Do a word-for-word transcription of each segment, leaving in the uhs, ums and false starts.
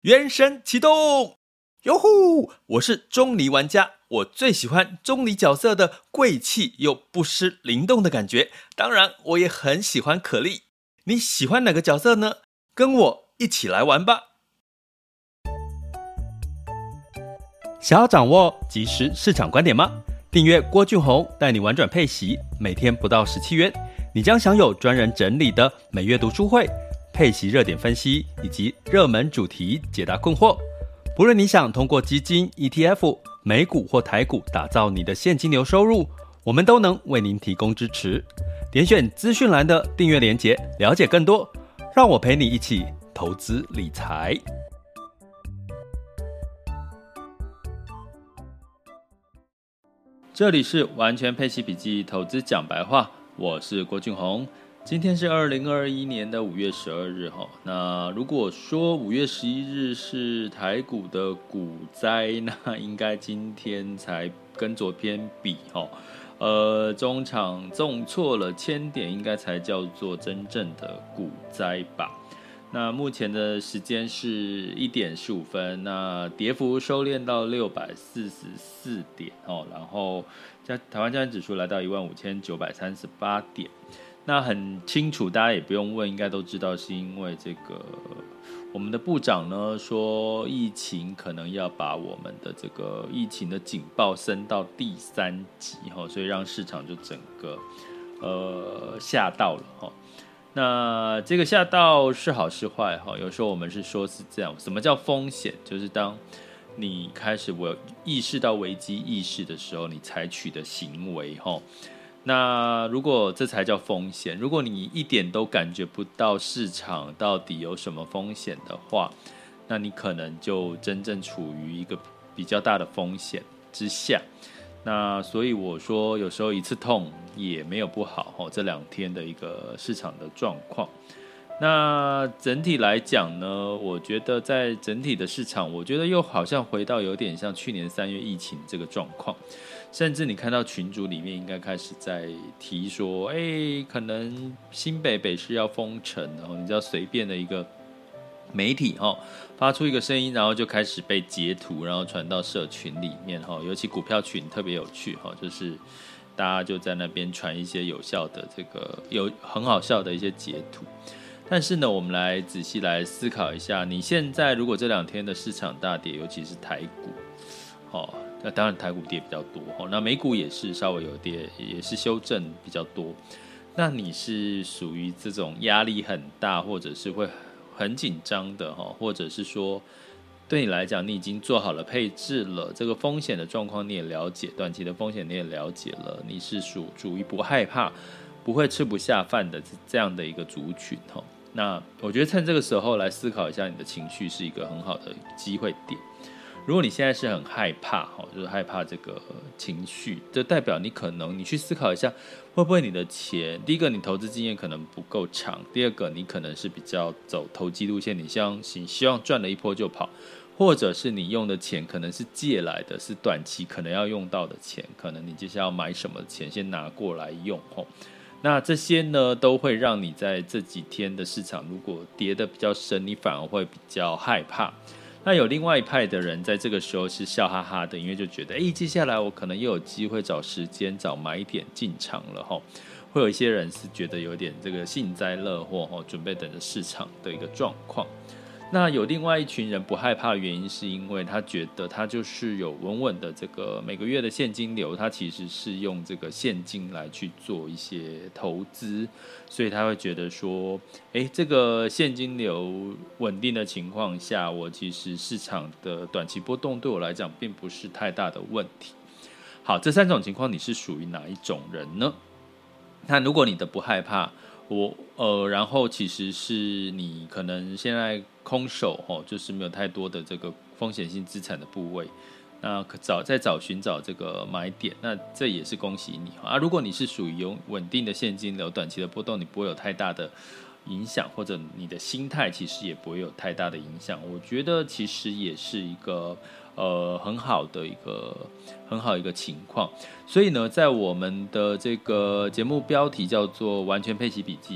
原神启动，哟呼！我是钟离玩家，我最喜欢钟离角色的贵气又不失灵动的感觉。当然，我也很喜欢可莉。你喜欢哪个角色呢？跟我一起来玩吧！想要掌握即时市场观点吗？订阅郭俊宏带你玩转配息，每天不到十七元，你将享有专人整理的每月读书会、配息热点分析以及热门主题解答困惑。不论你想通过基金、E T F、美股或台股打造你的现金流收入，我们都能为您提供支持。点选资讯栏的订阅连结，了解更多。让我陪你一起投资理财。这里是完全配息笔记投资讲白话，我是郭俊宏。今天是二零二一年的五月十二日，那如果说五月十一日是台股的股灾，那应该今天才跟昨天比，呃，中场重挫了千点，应该才叫做真正的股灾吧。那目前的时间是一点十五分，那跌幅收敛到六百四十四点，然后台湾加权指数来到一万五千九百三十八点。那很清楚，大家也不用问，应该都知道，是因为这个我们的部长呢说，疫情可能要把我们的这个疫情的警报升到第三级，所以让市场就整个呃吓到了。那这个吓到是好是坏，有时候我们是说是这样，什么叫风险？就是当你开始我意识到危机意识的时候，你采取的行为。那如果这才叫风险，如果你一点都感觉不到市场到底有什么风险的话，那你可能就真正处于一个比较大的风险之下。那所以我说，有时候一次痛也没有不好，这两天的一个市场的状况。那整体来讲呢，我觉得在整体的市场，我觉得又好像回到有点像去年三月疫情这个状况，甚至你看到群组里面应该开始在提说，哎，可能新北北市要封城，然后你知道随便的一个媒体发出一个声音，然后就开始被截图，然后传到社群里面，尤其股票群特别有趣，就是大家就在那边传一些有效的这个有很好笑的一些截图。但是呢，我们来仔细来思考一下，你现在如果这两天的市场大跌，尤其是台股，哦，那当然台股跌比较多，那美股也是稍微有跌，也是修正比较多。那你是属于这种压力很大，或者是会很紧张的，或者是说对你来讲你已经做好了配置了，这个风险的状况你也了解，短期的风险你也了解了，你是属属于不害怕不会吃不下饭的这样的一个族群。那我觉得趁这个时候来思考一下你的情绪是一个很好的机会点。如果你现在是很害怕，就是害怕这个情绪，这代表你可能你去思考一下，会不会你的钱，第一个你投资经验可能不够长，第二个你可能是比较走投机路线，你希望你希望赚了一波就跑，或者是你用的钱可能是借来的，是短期可能要用到的钱，可能你接下来要买什么钱先拿过来用。那这些呢都会让你在这几天的市场如果跌得比较深，你反而会比较害怕。那有另外一派的人在这个时候是笑哈哈的，因为就觉得哎，接下来我可能又有机会找时间找买点进场了。会有一些人是觉得有点这个幸灾乐祸，准备等着市场的一个状况。那有另外一群人不害怕的原因是因为他觉得他就是有稳稳的这个每个月的现金流，他其实是用这个现金来去做一些投资，所以他会觉得说，哎，这个现金流稳定的情况下，我其实市场的短期波动对我来讲并不是太大的问题。好，这三种情况你是属于哪一种人呢？那如果你的不害怕，我呃，然后其实是你可能现在空手，就是没有太多的这个风险性资产的部位，那找在找寻找这个买点，那这也是恭喜你啊。如果你是属于有稳定的现金流，短期的波动你不会有太大的影响，或者你的心态其实也不会有太大的影响，我觉得其实也是一个呃很好的一个很好一个情况。所以呢，在我们的这个节目标题叫做完全配息笔记嘛，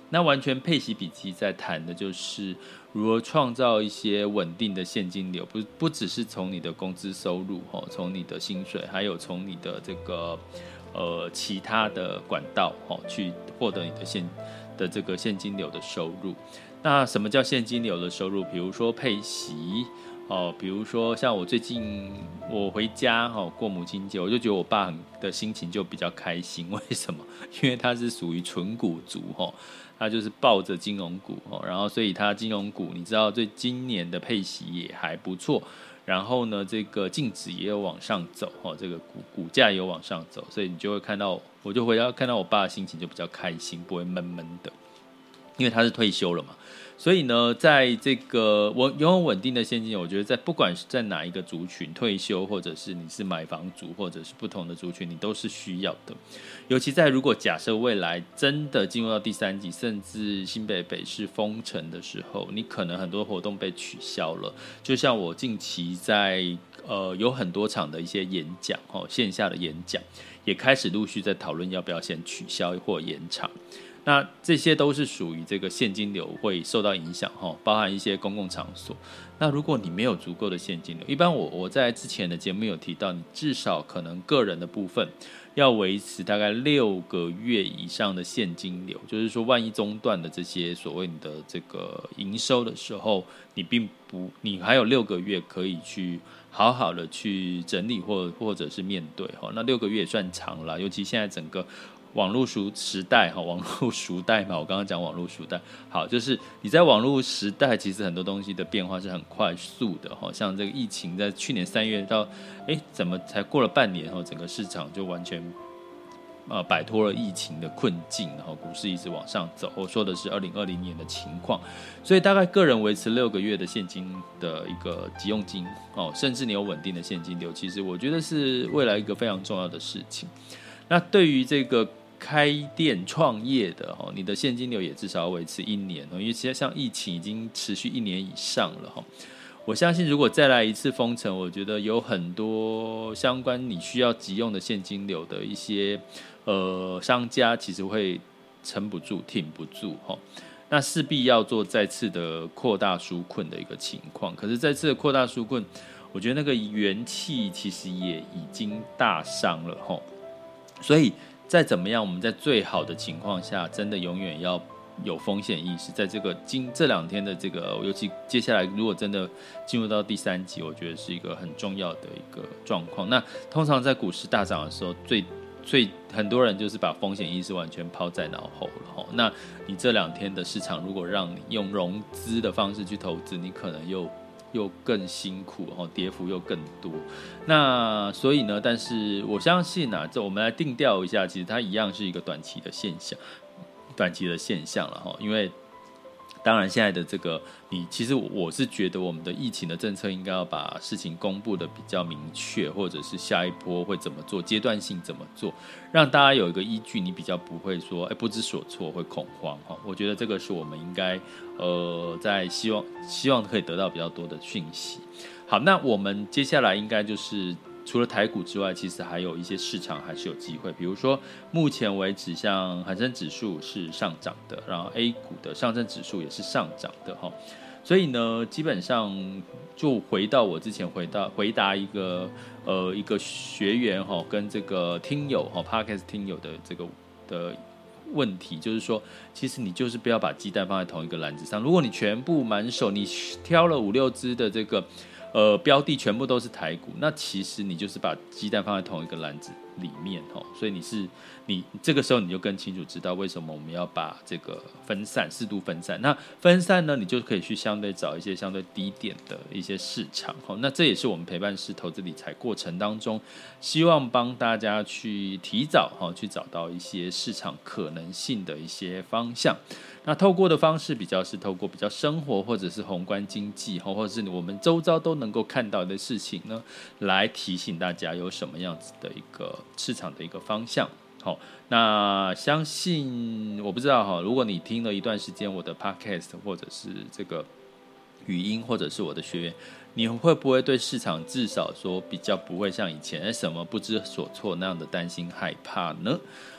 那完全配息笔记在谈的就是如何创造一些稳定的现金流，不不只是从你的工资收入，从你的薪水，还有从你的这个呃其他的管道去获得你的现的这个现金流的收入。那什么叫现金流的收入？比如说配息。哦，比如说像我最近我回家哈、哦、过母亲节，我就觉得我爸的心情就比较开心。为什么？因为他是属于纯股族哈、哦，他就是抱着金融股哦，然后所以他金融股你知道，对今年的配息也还不错，然后呢这个净值也有往上走哦，这个股股价也有往上走，所以你就会看到，我就回家看到我爸的心情就比较开心，不会闷闷的，因为他是退休了嘛。所以呢，在这个我拥有稳定的现金流，我觉得在不管是在哪一个族群，退休或者是你是买房族，或者是不同的族群，你都是需要的。尤其在如果假设未来真的进入到第三季，甚至新北北市封城的时候，你可能很多活动被取消了。就像我近期在呃有很多场的一些演讲哦，线下的演讲也开始陆续在讨论要不要先取消或延长。那这些都是属于这个现金流会受到影响，包含一些公共场所。那如果你没有足够的现金流，一般我我在之前的节目有提到，你至少可能个人的部分要维持大概六个月以上的现金流，就是说万一中断的这些所谓你的这个营收的时候，你并不你还有六个月可以去好好的去整理或或者是面对。那六个月也算长了，尤其现在整个网络时代，网络时代嘛，我刚刚讲网络时代，好，就是你在网络时代，其实很多东西的变化是很快速的，像这个疫情在去年三月到，哎，怎么才过了半年，整个市场就完全呃摆脱了疫情的困境，然后股市一直往上走。我说的是二零二零年的情况，所以大概个人维持六个月的现金的一个急用金，哦，甚至你有稳定的现金流，其实我觉得是未来一个非常重要的事情。那对于这个开店创业的，你的现金流也至少要维持一年，因为现在像疫情已经持续一年以上了。我相信如果再来一次封城，我觉得有很多相关你需要急用的现金流的一些呃商家其实会撑不住挺不住，那势必要做再次的扩大纾困的一个情况。可是再次的扩大纾困，我觉得那个元气其实也已经大伤了，所以再怎么样，我们在最好的情况下，真的永远要有风险意识。在这个今这两天的这个，尤其接下来如果真的进入到第三季，我觉得是一个很重要的一个状况。那通常在股市大涨的时候，最最很多人就是把风险意识完全抛在脑后了。那你这两天的市场，如果让你用融资的方式去投资，你可能又又更辛苦，跌幅又更多。那所以呢，但是我相信啊，这我们来定调一下，其实它一样是一个短期的现象，短期的现象了哈。因为当然现在的这个，你其实我是觉得我们的疫情的政策应该要把事情公布的比较明确，或者是下一波会怎么做，阶段性怎么做，让大家有一个依据，你比较不会说哎不知所措，会恐慌哈。我觉得这个是我们应该呃在希望希望可以得到比较多的讯息。好，那我们接下来应该就是除了台股之外，其实还有一些市场还是有机会，比如说目前为止像恒生指数是上涨的，然后 A 股的上证指数也是上涨的哈。所以呢，基本上就回到我之前回到回答一个呃一个学员哈跟这个听友哈 Podcast 听友的这个的问题，就是说，其实你就是不要把鸡蛋放在同一个篮子上。如果你全部满手，你挑了五六只的这个呃标的全部都是台股，那其实你就是把鸡蛋放在同一个篮子里面，所以你是你这个时候你就更清楚知道为什么我们要把这个分散适度分散。那分散呢，你就可以去相对找一些相对低点的一些市场，那这也是我们陪伴式投资理财过程当中希望帮大家去提早去找到一些市场可能性的一些方向。那透过的方式比较是透过比较生活或者是宏观经济，或者是我们周遭都能够看到的事情呢，来提醒大家有什么样子的一个市场的一个方向。好，那相信我不知道哈，如果你听了一段时间我的 podcast 或者是这个语音，或者是我的学员，你会不会对市场至少说比较不会像以前什么不知所措那样的担心害怕呢？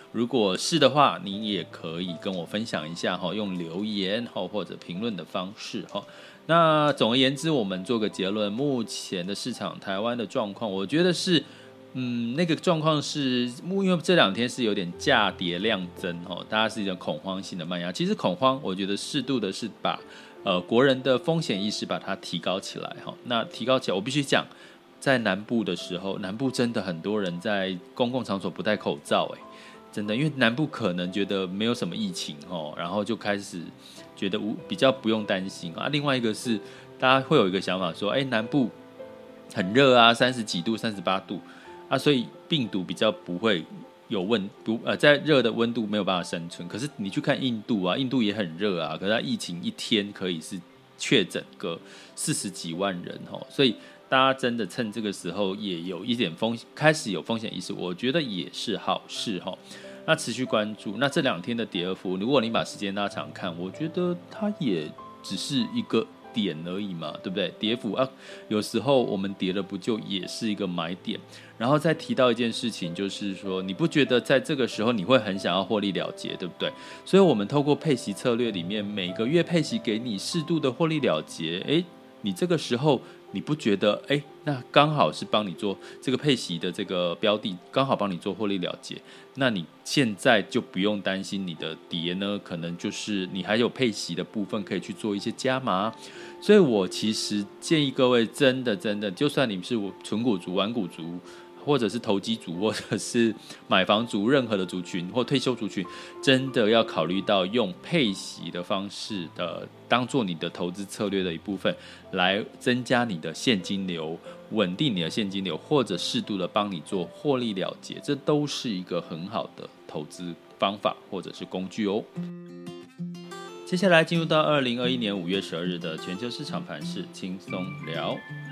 如果是的话，你也可以跟我分享一下，用留言或者评论的方式。那总而言之，我们做个结论，目前的市场台湾的状况，我觉得是嗯，那个状况是因为这两天是有点价跌量增，大家是一种恐慌性的卖压。其实恐慌我觉得适度的是把呃国人的风险意识把它提高起来。那提高起来，我必须讲，在南部的时候，南部真的很多人在公共场所不戴口罩，真的，因为南部可能觉得没有什么疫情，然后就开始觉得比较不用担心啊。另外一个是大家会有一个想法说，哎，南部很热啊，三十几度、三十八度啊，所以病毒比较不会有温度，呃，在热的温度没有办法生存。可是你去看印度啊，印度也很热啊，可是它疫情一天可以是确诊个四十几万人，所以大家真的趁这个时候也有一点风，开始有风险意识，我觉得也是好事。那持续关注，那这两天的跌幅，如果你把时间拉长看，我觉得它也只是一个点而已嘛，对不对？跌幅啊，有时候我们跌了不就也是一个买点。然后再提到一件事情，就是说你不觉得在这个时候你会很想要获利了结，对不对？所以我们透过配息策略里面，每个月配息给你适度的获利了结，诶，你这个时候你不觉得哎，那刚好是帮你做这个配息的这个标的，刚好帮你做获利了结，那你现在就不用担心你的跌呢，可能就是你还有配息的部分可以去做一些加码。所以我其实建议各位真的真的，就算你是纯股族、玩股族，或者是投机族，或者是买房族，任何的族群或退休族群，真的要考虑到用配息的方式的当做你的投资策略的一部分，来增加你的现金流，稳定你的现金流，或者适度的帮你做获利了结，这都是一个很好的投资方法或者是工具哦。接下来进入到二零二一年五月十二日的全球市场盘势轻松聊。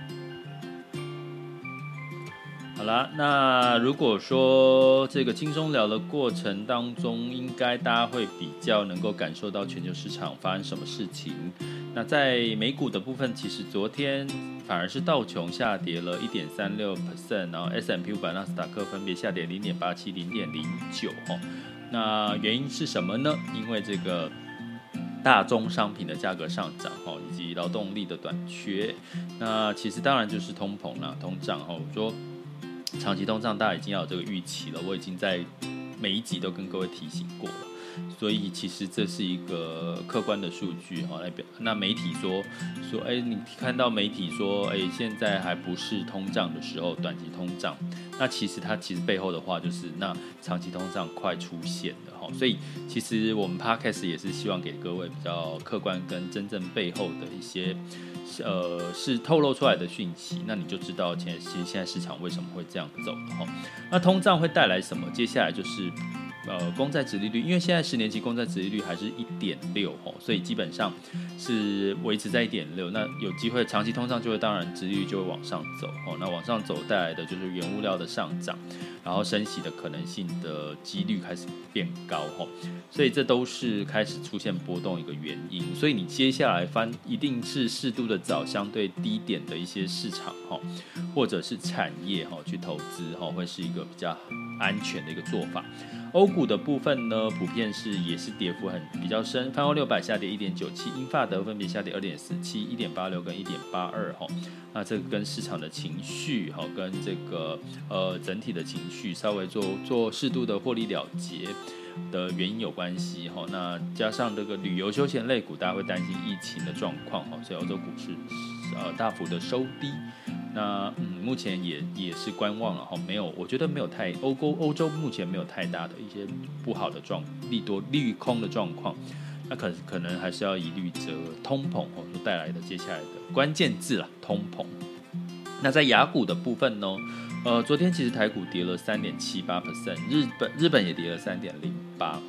好啦，那如果说这个轻松聊的过程当中，应该大家会比较能够感受到全球市场发生什么事情。那在美股的部分，其实昨天反而是道琼下跌了 百分之一点三六， 然后 S and P 五百、纳斯达克分别下跌 零点八七、零点零九。那原因是什么呢？因为这个大宗商品的价格上涨，以及劳动力的短缺。那其实当然就是通膨啦，通胀。我说长期通胀大家已经要有这个预期了，我已经在每一集都跟各位提醒过了，所以其实这是一个客观的数据。那媒体说说，哎，你看到媒体说，哎，现在还不是通胀的时候，短期通胀，那其实它其实背后的话就是，那长期通胀快出现了。所以其实我们 Podcast 也是希望给各位比较客观跟真正背后的一些呃是透露出来的讯息，那你就知道其实现在市场为什么会这样走的。那通胀会带来什么？接下来就是呃公债殖利率，因为现在十年期公债殖利率还是 一点六， 所以基本上是维持在 一点六， 那有机会长期通胀就会当然殖利率就会往上走，那往上走带来的就是原物料的上涨，然后升息的可能性的几率开始变高，所以这都是开始出现波动一个原因。所以你接下来翻一定是适度的找相对低点的一些市场或者是产业去投资，会是一个比较安全的一个做法。欧股的部分呢，普遍是也是跌幅很比较深，泛欧六百下跌 一点九七， 英法德分别下跌 二点四七、一点八六 跟 一点八二。那这个跟市场的情绪跟这个呃整体的情绪稍微做做适度的获利了结的原因有关系。那加上这个旅游休闲类股，大家会担心疫情的状况，所以欧洲股市呃大幅的收低。那嗯，目前也也是观望了哈，没有，我觉得没有太欧洲欧洲目前没有太大的一些不好的状利多利空的状况，那可可能还是要疑虑着通膨所带来的接下来的关键字啦，通膨。那在亚股的部分呢，呃，昨天其实台股跌了 三点七八 percent， 日本日本也跌了 三点零八。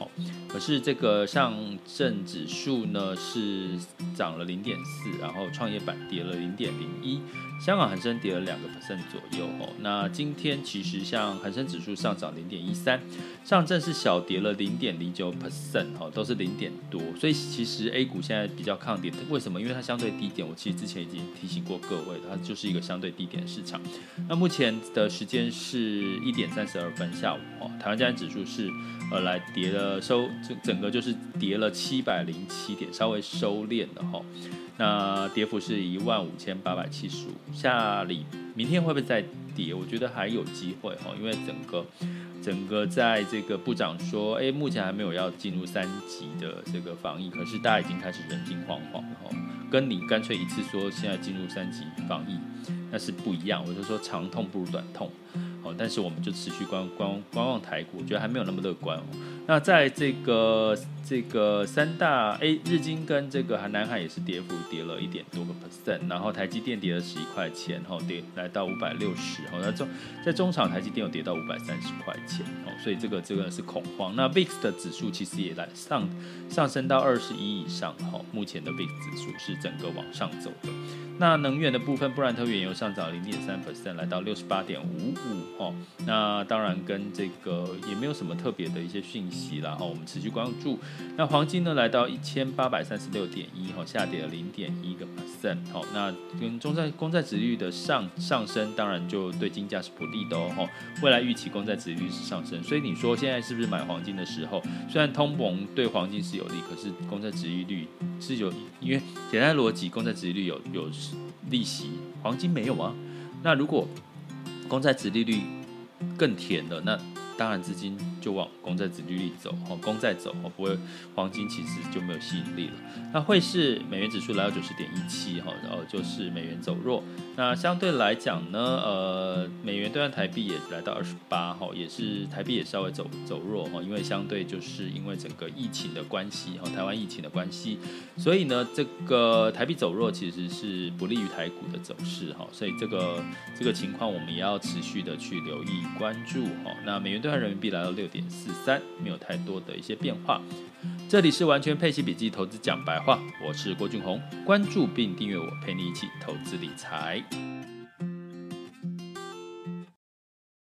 可是这个上证指数呢是涨了 零点四， 然后创业板跌了 零点零一， 香港恒生跌了 百分之二 左右、哦、那今天其实像恒生指数上涨 零点一三， 上证是小跌了 零点零九 哦，都是零点多，所以其实 A 股现在比较抗跌，为什么？因为它相对低点，我其实之前已经提醒过各位，它就是一个相对低点市场。那目前的时间是一点三十二分下午、哦、台湾加权指数是呃来跌了收，整个就是跌了七百零七点，稍微收敛了、哦、那跌幅是一万五千八百七十五，下礼明天会不会再跌？我觉得还有机会、哦、因为整个整个在这个部长说，哎，目前还没有要进入三级的这个防疫，可是大家已经开始人心惶惶了、哦、跟你干脆一次说现在进入三级防疫，那是不一样。我就说长痛不如短痛。哦、但是我们就持续 观, 观, 观望台股，我觉得还没有那么乐观、哦、那在这个这个三大 A 日经跟这个南海也是跌幅跌了一点多个 percent， 然后台积电跌了十一块钱、哦、跌来到五百六十、哦、那中在中场台积电有跌到五百三十块钱、哦、所以这个这个是恐慌。那 V I X 的指数其实也来上上升到二十一以上、哦、目前的 V I X 指数是整个往上走的。那能源的部分，布兰特原油上涨 零点三 percent， 来到 六十八点五五、哦、那当然跟这个也没有什么特别的一些讯息啦、哦、我们持续关注。那黄金呢来到 一千八百三十六点一、哦、下跌了 零点一 个 percent、哦、那跟中债公债殖利率的 上, 上升当然就对金价是不利的、哦、未来预期公债殖利率是上升，所以你说现在是不是买黄金的时候？虽然通膨对黄金是有利，可是公债殖利率是有，因为简单的逻辑，公债殖利率有有利息，黄金没有啊。那如果公债殖利率更甜了，那当然资金就往公债殖利率走，公债走，不会黄金其实就没有吸引力了。那汇市美元指数来到 九十点一七， 就是美元走弱。那相对来讲呢，呃，美元兑换台币也来到二十八，也是台币也稍微走走弱，因为相对就是因为整个疫情的关系，台湾疫情的关系，所以呢，这个台币走弱其实是不利于台股的走势，所以这个这个情况我们也要持续的去留意关注。那美元兑换人民币来到 六点四三， 没有太多的一些变化。这里是完全配息笔记投资讲白话，我是郭俊宏，关注并订阅我，陪你一起投资理财。